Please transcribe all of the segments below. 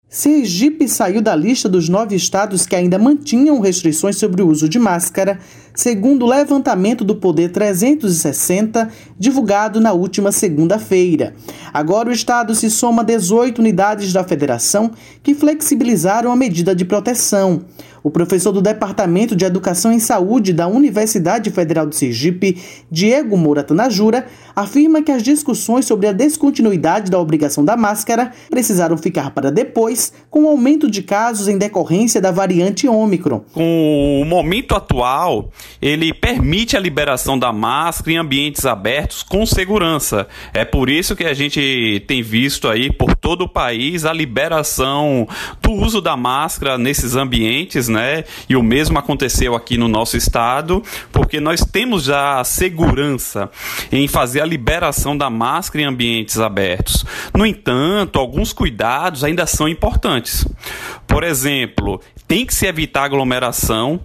Sergipe saiu da lista dos 9 estados que ainda mantinham restrições sobre o uso de máscara, segundo o levantamento do Poder 360, divulgado na última segunda-feira. Agora o estado se soma a 18 unidades da federação que flexibilizaram a medida de proteção. O professor do Departamento de Educação em Saúde da Universidade Federal de Sergipe, Diego Moura Tanajura, afirma que as discussões sobre a descontinuidade da obrigação da máscara precisaram ficar para depois, com o aumento de casos em decorrência da variante Ômicron. Com o momento atual, ele permite a liberação da máscara em ambientes abertos com segurança. É por isso que a gente tem visto aí por todo o país a liberação do uso da máscara nesses ambientes, né? E o mesmo aconteceu aqui no nosso estado, porque nós temos já segurança em fazer a liberação da máscara em ambientes abertos. No entanto, alguns cuidados ainda são importantes. Por exemplo, tem que se evitar aglomeração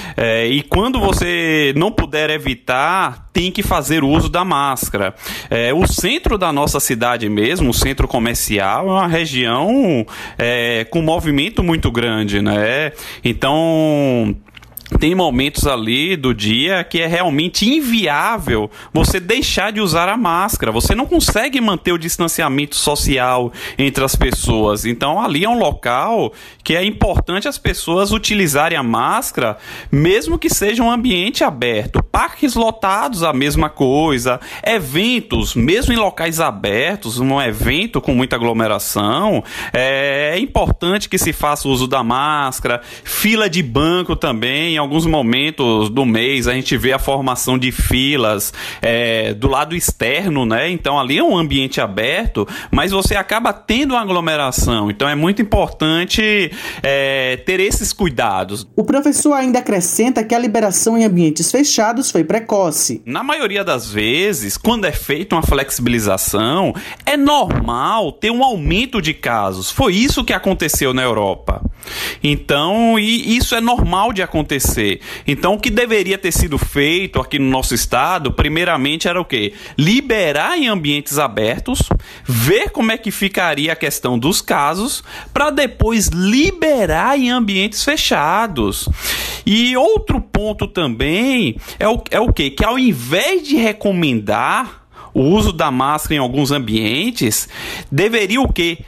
e quando você não puder evitar, tem que fazer uso da máscara. O centro da nossa cidade mesmo, o centro comercial, é uma região com movimento muito grande, né? Então, tem momentos ali do dia que é realmente inviável você deixar de usar a máscara. Você não consegue manter o distanciamento social entre as pessoas. Então, ali é um local que é importante as pessoas utilizarem a máscara, mesmo que seja um ambiente aberto. Parques lotados, a mesma coisa. Eventos, mesmo em locais abertos, um evento com muita aglomeração, é importante que se faça o uso da máscara. Fila de banco também. Em alguns momentos do mês a gente vê a formação de filas do lado externo, né? Então ali é um ambiente aberto, mas você acaba tendo uma aglomeração. Então é muito importante ter esses cuidados. O professor ainda acrescenta que a liberação em ambientes fechados foi precoce. Na maioria das vezes, quando é feita uma flexibilização, é normal ter um aumento de casos. Foi isso que aconteceu na Europa. Então, isso é normal de acontecer. Então, o que deveria ter sido feito aqui no nosso estado, primeiramente, era o quê? Liberar em ambientes abertos, ver como é que ficaria a questão dos casos, para depois liberar em ambientes fechados. E outro ponto também é o quê? Que ao invés de recomendar o uso da máscara em alguns ambientes, deveria o quê?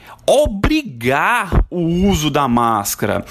Obrigar o uso da máscara.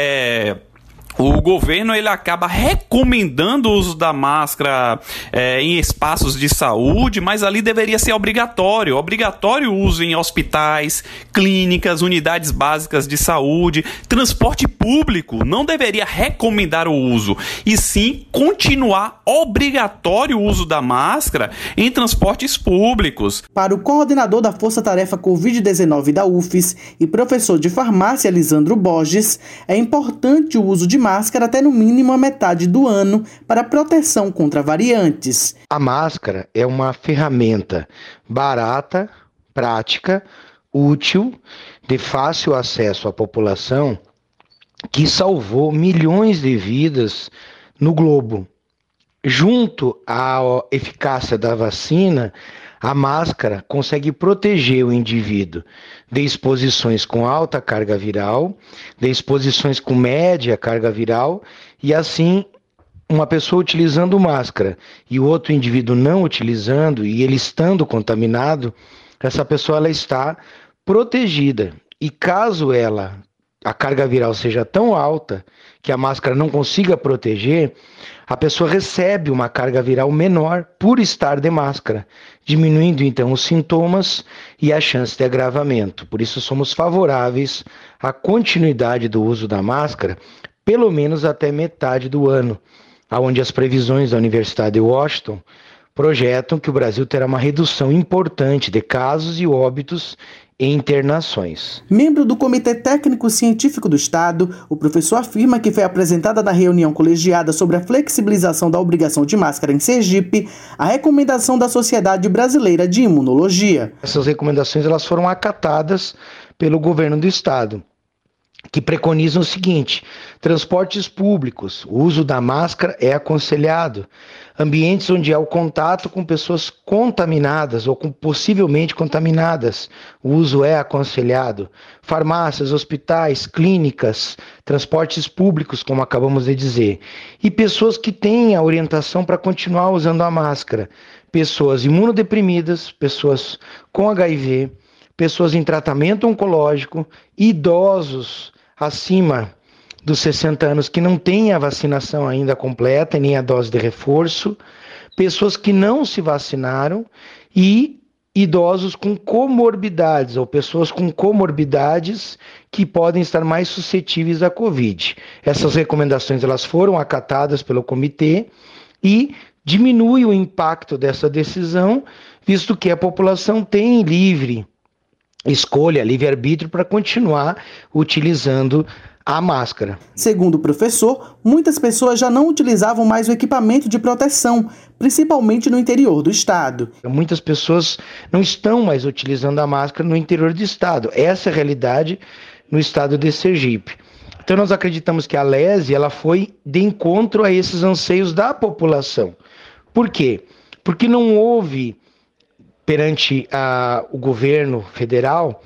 O governo ele acaba recomendando o uso da máscara em espaços de saúde, mas ali deveria ser obrigatório. Obrigatório o uso em hospitais, clínicas, unidades básicas de saúde, transporte público. Não deveria recomendar o uso, e sim continuar obrigatório o uso da máscara em transportes públicos. Para o coordenador da Força Tarefa Covid-19 da UFES e professor de farmácia Lisandro Borges, é importante o uso de máscara até no mínimo a metade do ano para proteção contra variantes. A máscara é uma ferramenta barata, prática, útil, de fácil acesso à população, que salvou milhões de vidas no globo. Junto à eficácia da vacina, a máscara consegue proteger o indivíduo de exposições com alta carga viral, de exposições com média carga viral, e assim, uma pessoa utilizando máscara e o outro indivíduo não utilizando, e ele estando contaminado, essa pessoa ela está protegida. E caso a carga viral seja tão alta que a máscara não consiga proteger, a pessoa recebe uma carga viral menor por estar de máscara, diminuindo então os sintomas e a chance de agravamento. Por isso somos favoráveis à continuidade do uso da máscara, pelo menos até metade do ano, onde as previsões da Universidade de Washington projetam que o Brasil terá uma redução importante de casos e óbitos e internações. Membro do Comitê Técnico Científico do Estado, o professor afirma que foi apresentada na reunião colegiada sobre a flexibilização da obrigação de máscara em Sergipe a recomendação da Sociedade Brasileira de Imunologia. Essas recomendações elas foram acatadas pelo governo do Estado. que preconizam o seguinte: transportes públicos, o uso da máscara é aconselhado. Ambientes onde há o contato com pessoas contaminadas ou possivelmente contaminadas, o uso é aconselhado. Farmácias, hospitais, clínicas, transportes públicos, como acabamos de dizer. E pessoas que têm a orientação para continuar usando a máscara. Pessoas imunodeprimidas, pessoas com HIV, pessoas em tratamento oncológico, idosos acima dos 60 anos que não têm a vacinação ainda completa, nem a dose de reforço, pessoas que não se vacinaram e idosos com comorbidades ou pessoas com comorbidades que podem estar mais suscetíveis à Covid. Essas recomendações elas foram acatadas pelo comitê e diminui o impacto dessa decisão, visto que a população tem livre escolha, livre-arbítrio para continuar utilizando a máscara. Segundo o professor, muitas pessoas já não utilizavam mais o equipamento de proteção, principalmente no interior do estado. Muitas pessoas não estão mais utilizando a máscara no interior do estado. Essa é a realidade no estado de Sergipe. Então nós acreditamos que a LESE ela foi de encontro a esses anseios da população. Por quê? Porque não houve perante o governo federal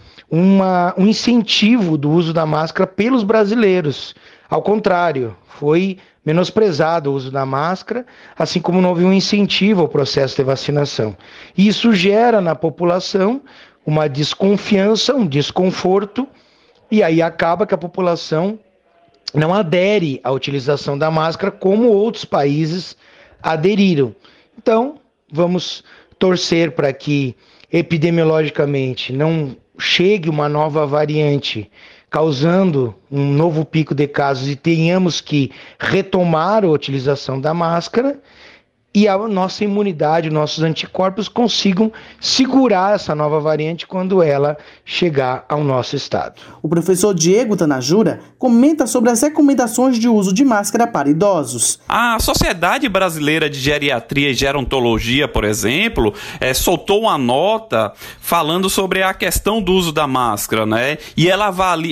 um incentivo do uso da máscara pelos brasileiros. Ao contrário, foi menosprezado o uso da máscara, assim como não houve um incentivo ao processo de vacinação. E isso gera na população uma desconfiança, um desconforto, e aí acaba que a população não adere à utilização da máscara como outros países aderiram. Então, vamos torcer para que epidemiologicamente não chegue uma nova variante causando um novo pico de casos e tenhamos que retomar a utilização da máscara e a nossa imunidade, nossos anticorpos consigam segurar essa nova variante quando ela chegar ao nosso estado. O professor Diego Tanajura comenta sobre as recomendações de uso de máscara para idosos. A Sociedade Brasileira de Geriatria e Gerontologia, por exemplo, soltou uma nota falando sobre a questão do uso da máscara, né? E ela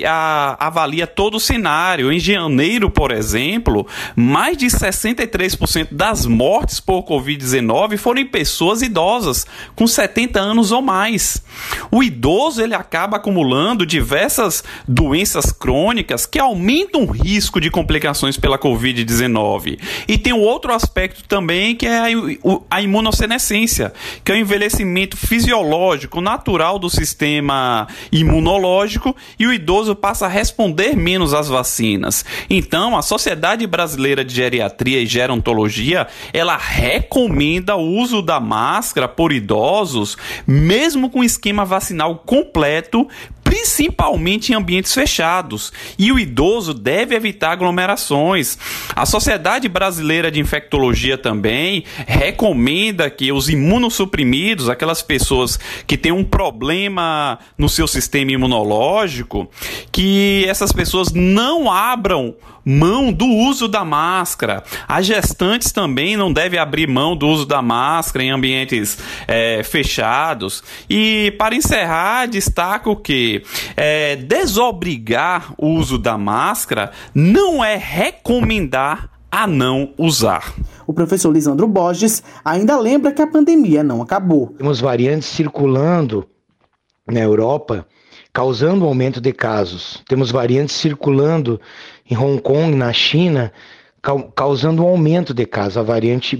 avalia todo o cenário. Em janeiro, por exemplo, mais de 63% das mortes por Covid-19 foram em pessoas idosas, com 70 anos ou mais. O idoso ele acaba acumulando diversas doenças crônicas que aumentam o risco de complicações pela Covid-19. E tem um outro aspecto também que é a imunossenescência, que é o envelhecimento fisiológico natural do sistema imunológico e o idoso passa a responder menos às vacinas. Então, a Sociedade Brasileira de Geriatria e Gerontologia, ela recomenda o uso da máscara por idosos, mesmo com esquema vacinal completo, principalmente em ambientes fechados. E o idoso deve evitar aglomerações. A Sociedade Brasileira de Infectologia também recomenda que os imunossuprimidos, aquelas pessoas que têm um problema no seu sistema imunológico, que essas pessoas não abram mão do uso da máscara. As gestantes também não devem abrir mão do uso da máscara em ambientes fechados. E para encerrar, destaco que desobrigar o uso da máscara não é recomendar a não usar. O professor Lisandro Borges ainda lembra que a pandemia não acabou. Temos variantes circulando na Europa, causando aumento de casos. Temos variantes circulando em Hong Kong, na China, causando um aumento de casos, a variante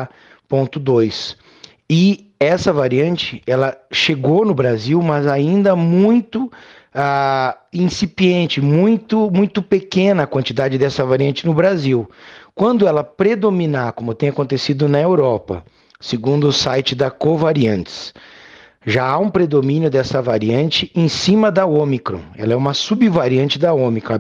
BA.2. E essa variante, ela chegou no Brasil, mas ainda muito incipiente, muito pequena a quantidade dessa variante no Brasil. Quando ela predominar, como tem acontecido na Europa, segundo o site da Covariantes, já há um predomínio dessa variante em cima da Ômicron. Ela é uma subvariante da Ômicron, a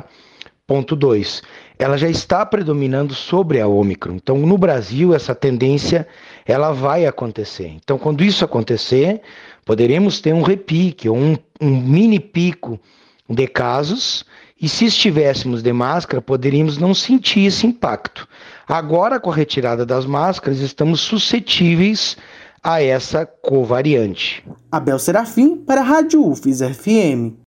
BA.2. Ela já está predominando sobre a Ômicron. Então, no Brasil, essa tendência ela vai acontecer. Então, quando isso acontecer, poderemos ter um repique ou um mini pico de casos. E se estivéssemos de máscara, poderíamos não sentir esse impacto. Agora, com a retirada das máscaras, estamos suscetíveis a essa covariante. Abel Serafim para a Rádio UFES FM.